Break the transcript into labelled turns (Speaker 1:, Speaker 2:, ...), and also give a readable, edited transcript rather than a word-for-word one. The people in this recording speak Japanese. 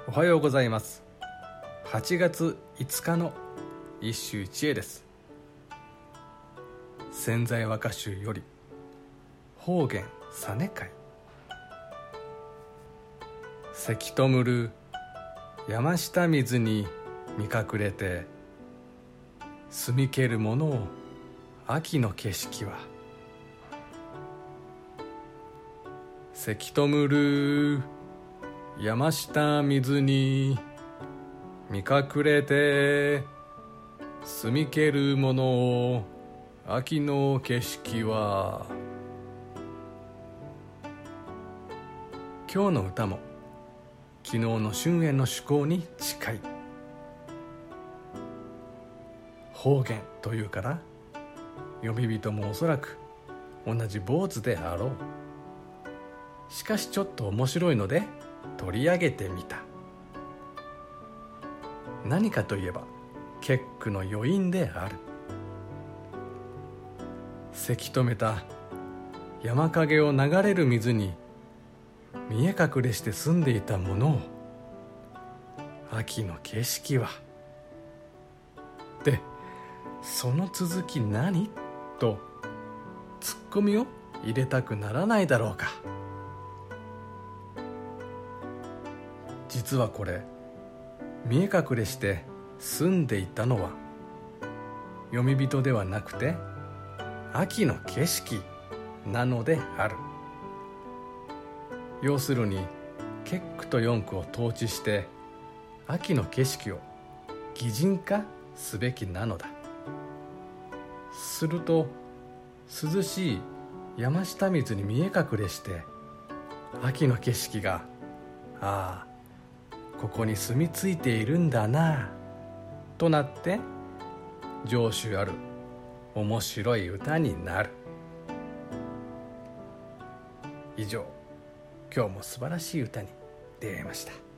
Speaker 1: おはようございます。8月5日の一首一会です。千載和歌集より方言実会。せきとむる山下水に見隠れて、澄みけるものを秋の景色は。せきとむる山下水に見隠れて、澄みけるものを秋の景色は。今日の歌も昨日の春燕の趣向に近い。方言というから読み人もおそらく同じ坊主であろう。しかしちょっと面白いので取り上げてみた。何かといえば結句の余韻である。せき止めた山陰を流れる水に見え隠れして住んでいたものを秋の景色は。で、その続き何とツッコミを入れたくならないだろうか。実はこれ、見え隠れして住んでいたのは読み人ではなくて秋の景色なのである。要するに結句と四句を統治して秋の景色を擬人化すべきなのだ。すると涼しい山下水に見え隠れして秋の景色が、ああここに住み着いているんだなとなって情緒ある面白い歌になる。以上、今日も素晴らしい歌に出会いました。